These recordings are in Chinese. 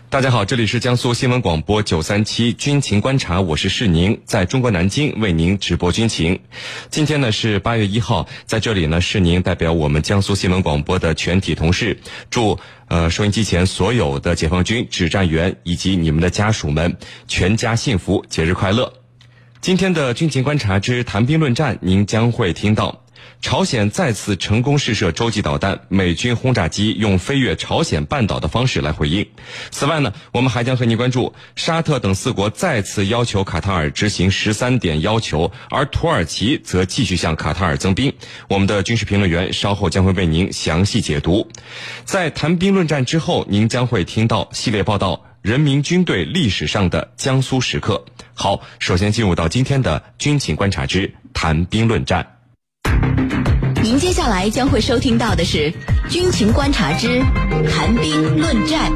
大家好，这里是江苏新闻广播937军情观察，我是世宁，在中国南京为您直播军情。今天呢是8月1号，在这里呢，世宁代表我们江苏新闻广播的全体同事，祝收音机前所有的解放军指战员以及你们的家属们全家幸福，节日快乐。今天的军情观察之谈兵论战，您将会听到朝鲜再次成功试射洲际导弹，美军轰炸机用飞越朝鲜半岛的方式来回应。此外呢，我们还将和您关注沙特等4国再次要求卡塔尔执行13点要求，而土耳其则继续向卡塔尔增兵。我们的军事评论员稍后将会为您详细解读。在谈兵论战之后，您将会听到系列报道人民军队历史上的江苏时刻。好，首先进入到今天的军情观察之谈兵论战。 您接下来将会收听到的是军情观察之谈兵论战。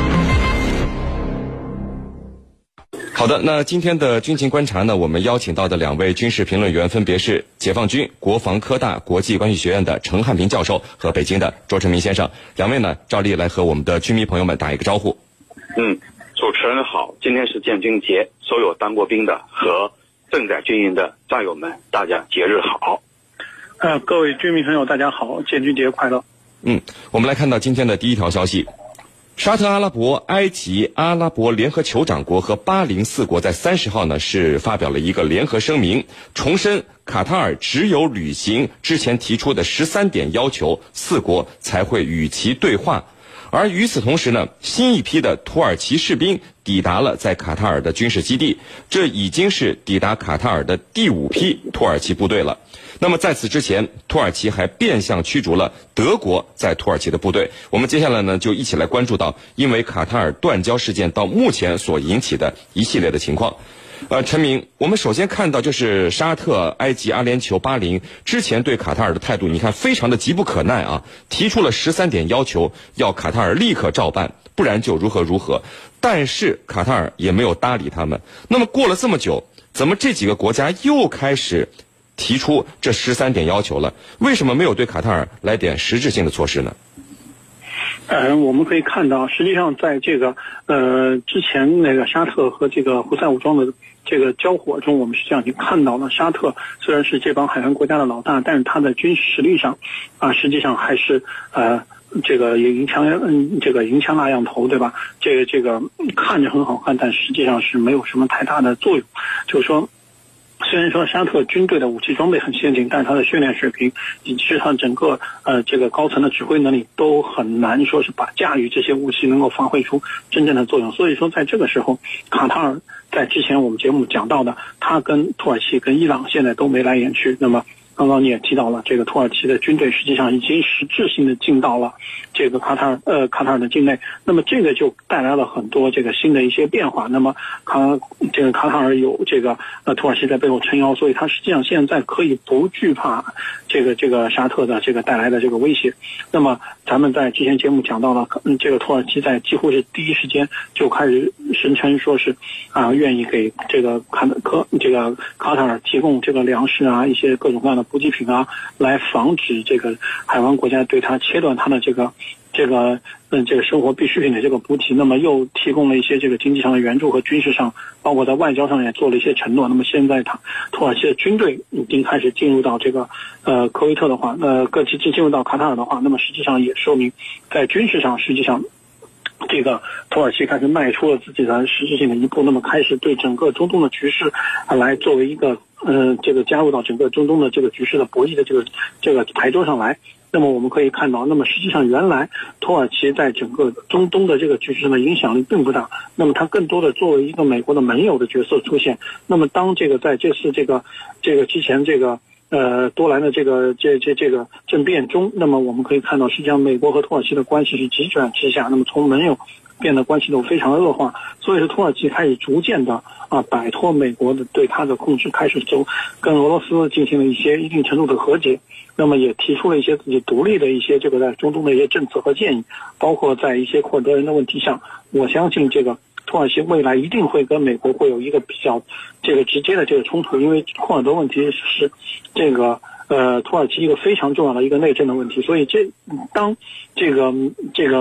好的，那今天的军情观察呢，我们邀请到的2位军事评论员分别是解放军国防科大国际关系学院的程汉平教授和北京的卓成民先生。2位呢，照例来和我们的军迷朋友们打一个招呼。 主持人好，今天是建军节，所有当过兵的和正在军营的战友们，大家节日好。 各位军迷朋友大家好，建军节快乐。 我们来看到今天的第一条消息，沙特阿拉伯、埃及、阿拉伯联合酋长国和巴林4国在30号呢是发表了一个联合声明，重申卡塔尔只有履行之前提出的13点要求，4国才会与其对话。而与此同时呢，新一批的土耳其士兵抵达了在卡塔尔的军事基地，这已经是抵达卡塔尔的第5批土耳其部队了。那么在此之前，土耳其还变相驱逐了德国在土耳其的部队。我们接下来呢，就一起来关注到因为卡塔尔断交事件到目前所引起的一系列的情况。陈明，我们首先看到就是沙特、埃及、阿联酋、巴林之前对卡塔尔的态度，你看非常的急不可耐啊，提出了13点要求，要卡塔尔立刻照办，不然就如何如何。但是卡塔尔也没有搭理他们。那么过了这么久，怎么这几个国家又开始提出这13点要求了？为什么没有对卡塔尔来点实质性的措施呢？ 我们可以看到，实际上在这个之前那个沙特和这个胡塞武装的这个交火中，我们实际上已经看到了，沙特虽然是这帮海湾国家的老大，但是他的军事实力上实际上还是这个也银枪那样头，对吧？这个看着很好看，但实际上是没有什么太大的作用。就是说，虽然说沙特军队的武器装备很先进，但是它的训练水平以及它整个这个高层的指挥能力都很难说是把驾驭这些武器能够发挥出真正的作用。所以说在这个时候，卡塔尔在之前我们节目讲到的，他跟土耳其跟伊朗现在都眉来眼去。那么刚刚你也提到了，这个土耳其的军队实际上已经实质性的进到了这个卡塔尔的境内，那么这个就带来了很多这个新的一些变化。那么卡塔尔有这个土耳其在背后撑腰，所以他实际上现在可以不惧怕这个沙特的这个带来的这个威胁。那么咱们在之前节目讲到了，这个土耳其在几乎是第一时间就开始声称说是愿意给这个卡塔尔提供这个粮食一些各种各样的补给品来防止这个海湾国家对它切断它的这个生活必需品的这个补给。那么又提供了一些这个经济上的援助和军事上，包括在外交上也做了一些承诺。那么现在土耳其的军队已经开始进入到这个科威特的话，进入到卡塔尔的话，那么实际上也说明在军事上实际上这个土耳其开始迈出了自己的实质性的一步，那么开始对整个中东的局势来作为一个这个加入到整个中东的这个局势的博弈的这个台桌上来。那么我们可以看到，那么实际上原来土耳其在整个中东的这个局势上的影响力并不大，那么它更多的作为一个美国的盟友的角色出现。那么当这个在这次这个之前这个多兰的这个政变中，那么我们可以看到，实际上美国和土耳其的关系是急转直下，那么从盟友变得关系都非常恶化。所以说土耳其开始逐渐的摆脱美国的对它的控制，开始跟俄罗斯进行了一些一定程度的和解，那么也提出了一些自己独立的一些这个在中东的一些政策和建议，包括在一些库尔德人的问题上，我相信这个土耳其未来一定会跟美国会有一个比较这个直接的这个冲突，因为库尔德问题是这个土耳其一个非常重要的一个内政的问题。所以当这个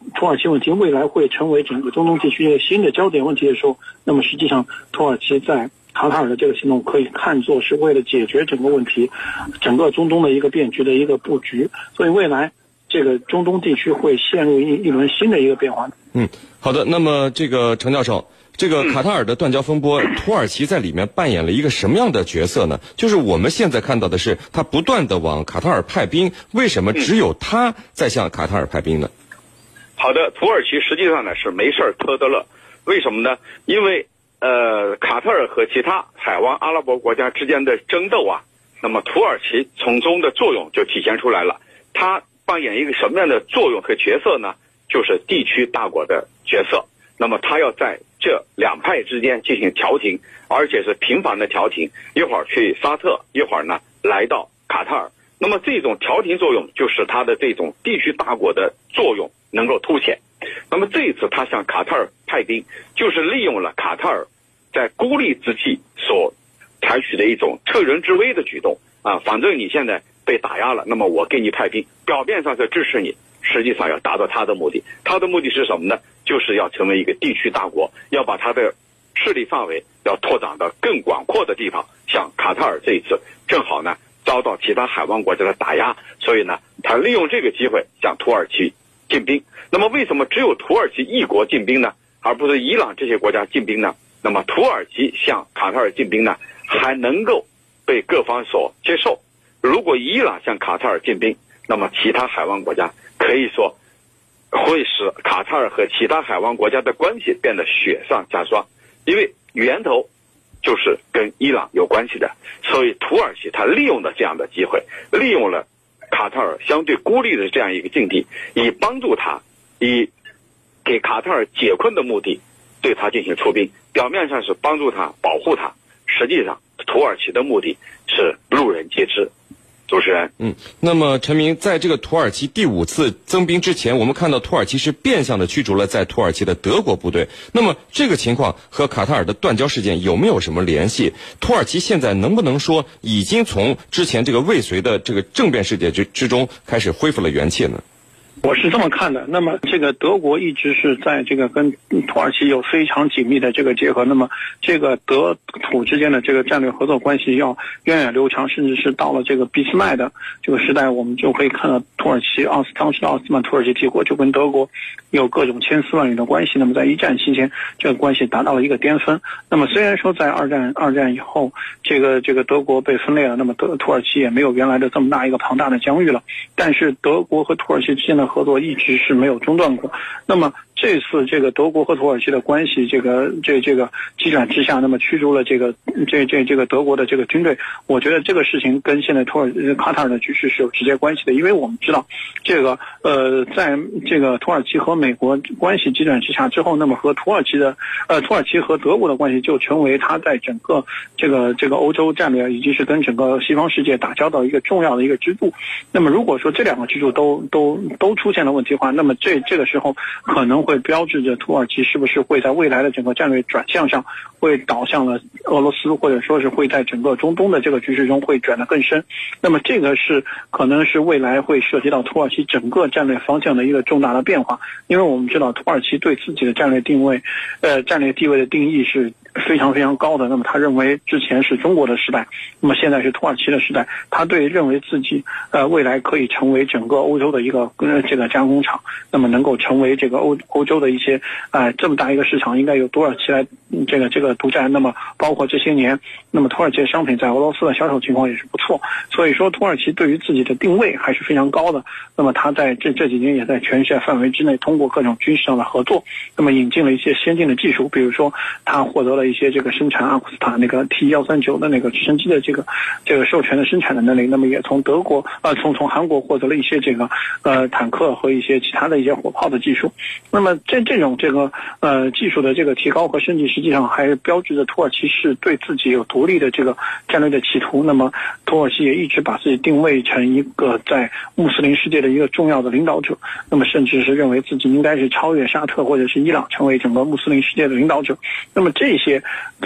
土耳其问题未来会成为整个中东地区一个新的焦点问题的时候，那么实际上土耳其在卡塔尔的这个行动可以看作是为了解决整个问题，整个中东的一个变局的一个布局，所以未来这个中东地区会陷入一轮新的一个变化。 好的。那么这个程教授，这个卡塔尔的断交风波，土耳其在里面扮演了一个什么样的角色呢？就是我们现在看到的是他不断的往卡塔尔派兵，为什么只有他在向卡塔尔派兵呢？ 好的，土耳其实际上呢是没事偷得乐，为什么呢？因为卡塔尔和其他海湾阿拉伯国家之间的争斗啊，那么土耳其从中的作用就体现出来了。它扮演一个什么样的作用和角色呢？就是地区大国的角色。那么它要在这两派之间进行调停，而且是频繁的调停，一会儿去沙特，一会儿呢来到卡塔尔。那么这种调停作用就是它的这种地区大国的作用能够凸显。那么这一次他向卡塔尔派兵，就是利用了卡塔尔在孤立之际所采取的一种趁人之危的举动啊，反正你现在被打压了，那么我给你派兵，表面上是支持你，实际上要达到他的目的。他的目的是什么呢？就是要成为一个地区大国，要把他的势力范围要拓展到更广阔的地方。像卡塔尔这一次正好呢遭到其他海湾国家的打压，所以呢他利用这个机会向土耳其进兵。那么为什么只有土耳其一国进兵呢，而不是伊朗这些国家进兵呢？那么土耳其向卡塔尔进兵呢还能够被各方所接受。如果伊朗向卡塔尔进兵，那么其他海湾国家可以说会使卡塔尔和其他海湾国家的关系变得雪上加霜，因为源头就是跟伊朗有关系的。所以土耳其他利用了这样的机会，利用了卡塔尔相对孤立的这样一个境地，以帮助他，以给卡塔尔解困的目的对他进行出兵，表面上是帮助他保护他，实际上土耳其的目的是路人皆知。主持人， 那么陈明，在这个土耳其第5次增兵之前，我们看到土耳其是变相的驱逐了在土耳其的德国部队。那么这个情况和卡塔尔的断交事件有没有什么联系？土耳其现在能不能说已经从之前这个未遂的这个政变事件之中开始恢复了元气呢？ 我是这么看的。那么这个德国一直是在这个跟土耳其有非常紧密的这个结合，那么这个德土之间的这个战略合作关系要源远流长，甚至是到了这个俾斯麦的这个时代，我们就可以看到土耳其当时的奥斯曼土耳其帝国就跟德国有各种千丝万缕的关系。那么在一战期间，这个关系达到了一个巅峰。那么虽然说在二战以后，这个德国被分裂了，那么土耳其也没有原来的这么大一个庞大的疆域了，但是德国和土耳其之间的合作一直是没有中断过。那么这次这个德国和土耳其的关系这个急转直下，那么驱逐了这个德国的这个军队，我觉得这个事情跟现在卡塔尔的局势是有直接关系的。因为我们知道这个在这个土耳其和美国关系急转直下之后，那么和土耳其和德国的关系就成为他在整个这个欧洲战略以及是跟整个西方世界打交道一个重要的一个支柱。那么如果说这两个支柱都出现了问题的话，那么这个时候可能会标志着土耳其是不是会在未来的整个战略转向上会导向了俄罗斯，或者说是会在整个中东的这个局势中会转得更深。那么这个是可能是未来会涉及到土耳其整个战略方向的一个重大的变化。因为我们知道土耳其对自己的战略地位的定义是非常非常高的。那么他认为之前是中国的时代，那么现在是土耳其的时代，他认为自己未来可以成为整个欧洲的一个这个加工厂，那么能够成为这个欧洲的一些这么大一个市场应该由土耳其来这个独占。那么包括这些年，那么土耳其的商品在俄罗斯的销售情况也是不错，所以说土耳其对于自己的定位还是非常高的。那么他在这几年也在全世界范围之内通过各种军事上的合作，那么引进了一些先进的技术，比如说他获得了一些这个生产阿库斯塔那个 T139的那个直升机的这个授权的生产的能力。那么也从从韩国获得了一些这个坦克和一些其他的一些火炮的技术。那么这种技术的这个提高和升级，实际上还标志着土耳其是对自己有独立的这个战略的企图。那么土耳其也一直把自己定位成一个在穆斯林世界的一个重要的领导者，那么甚至是认为自己应该是超越沙特或者是伊朗，成为整个穆斯林世界的领导者。那么这些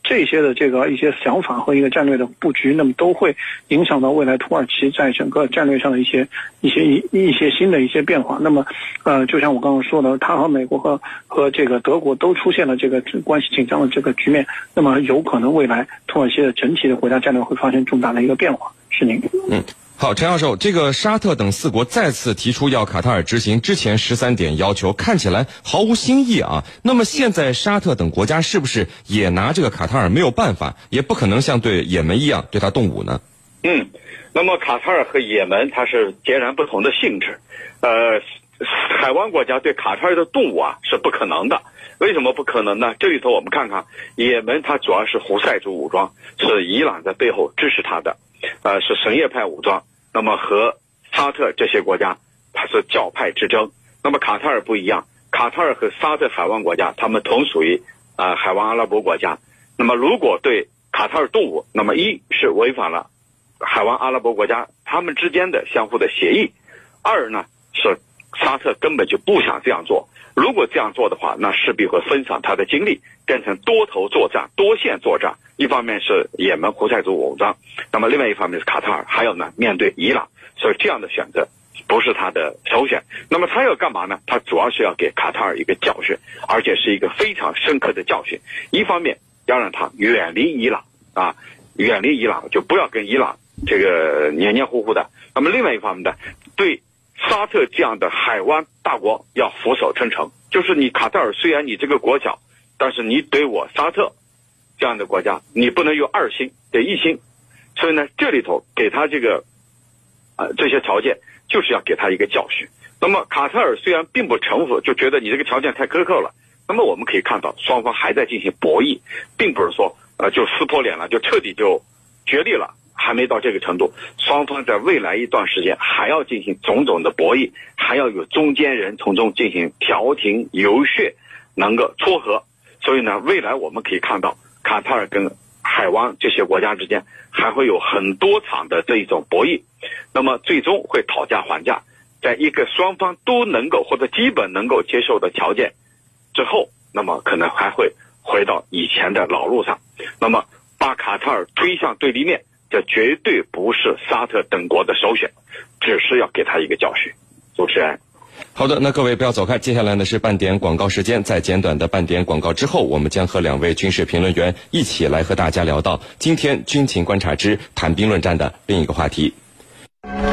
这些的这个一些想法和一个战略的布局，那么都会影响到未来土耳其在整个战略上的一些新的一些变化。那么就像我刚刚说的，他和美国和这个德国都出现了这个关系紧张的这个局面，那么有可能未来土耳其的整体的国家战略会发生重大的一个变化。是您。 好，陈教授，这个沙特等4国再次提出要卡塔尔执行之前13点要求，看起来毫无新意啊。那么现在沙特等国家是不是也拿这个卡塔尔没有办法，也不可能像对也门一样对他动武呢？ 那么卡塔尔和也门它是截然不同的性质，海湾国家对卡塔尔的动武啊是不可能的。为什么不可能呢？这里头我们看看，也门它主要是胡塞族武装，是伊朗在背后支持他的，是什叶派武装。那么和沙特这些国家它是教派之争。那么卡塔尔不一样，卡塔尔和沙特海湾国家他们同属于海湾阿拉伯国家。那么如果对卡塔尔动武，那么一是违反了海湾阿拉伯国家他们之间的相互的协议，二呢是沙特根本就不想这样做。如果这样做的话，那势必会分散他的精力，变成多头作战、多线作战。一方面是也门胡塞族武装，那么另外一方面是卡塔尔，还有呢面对伊朗，所以这样的选择不是他的首选。那么他要干嘛呢？他主要是要给卡塔尔一个教训，而且是一个非常深刻的教训。一方面要让他远离伊朗远离伊朗，就不要跟伊朗这个黏黏糊糊的。那么另外一方面呢，对沙特这样的海湾大国要俯首称臣，就是你卡塔尔虽然你这个国小，但是你对我沙特这样的国家你不能有2心，得1心。所以呢这里头给他这个这些条件就是要给他一个教训。那么卡塔尔虽然并不臣服，就觉得你这个条件太苛刻了，那么我们可以看到双方还在进行博弈，并不是说就撕破脸了，就彻底就决裂了，还没到这个程度。双方在未来一段时间还要进行种种的博弈，还要有中间人从中进行调停游说，能够撮合。所以呢未来我们可以看到卡塔尔跟海湾这些国家之间还会有很多场的这一种博弈，那么最终会讨价还价，在一个双方都能够或者基本能够接受的条件之后，那么可能还会回到以前的老路上。那么把卡塔尔推向对立面，这绝对不是沙特等国的首选，只是要给他一个教训。主持人。 好的，那各位不要走开，接下来呢是半点广告时间。在简短的半点广告之后，我们将和2位军事评论员一起来和大家聊到今天军情观察之谈兵论战的另一个话题。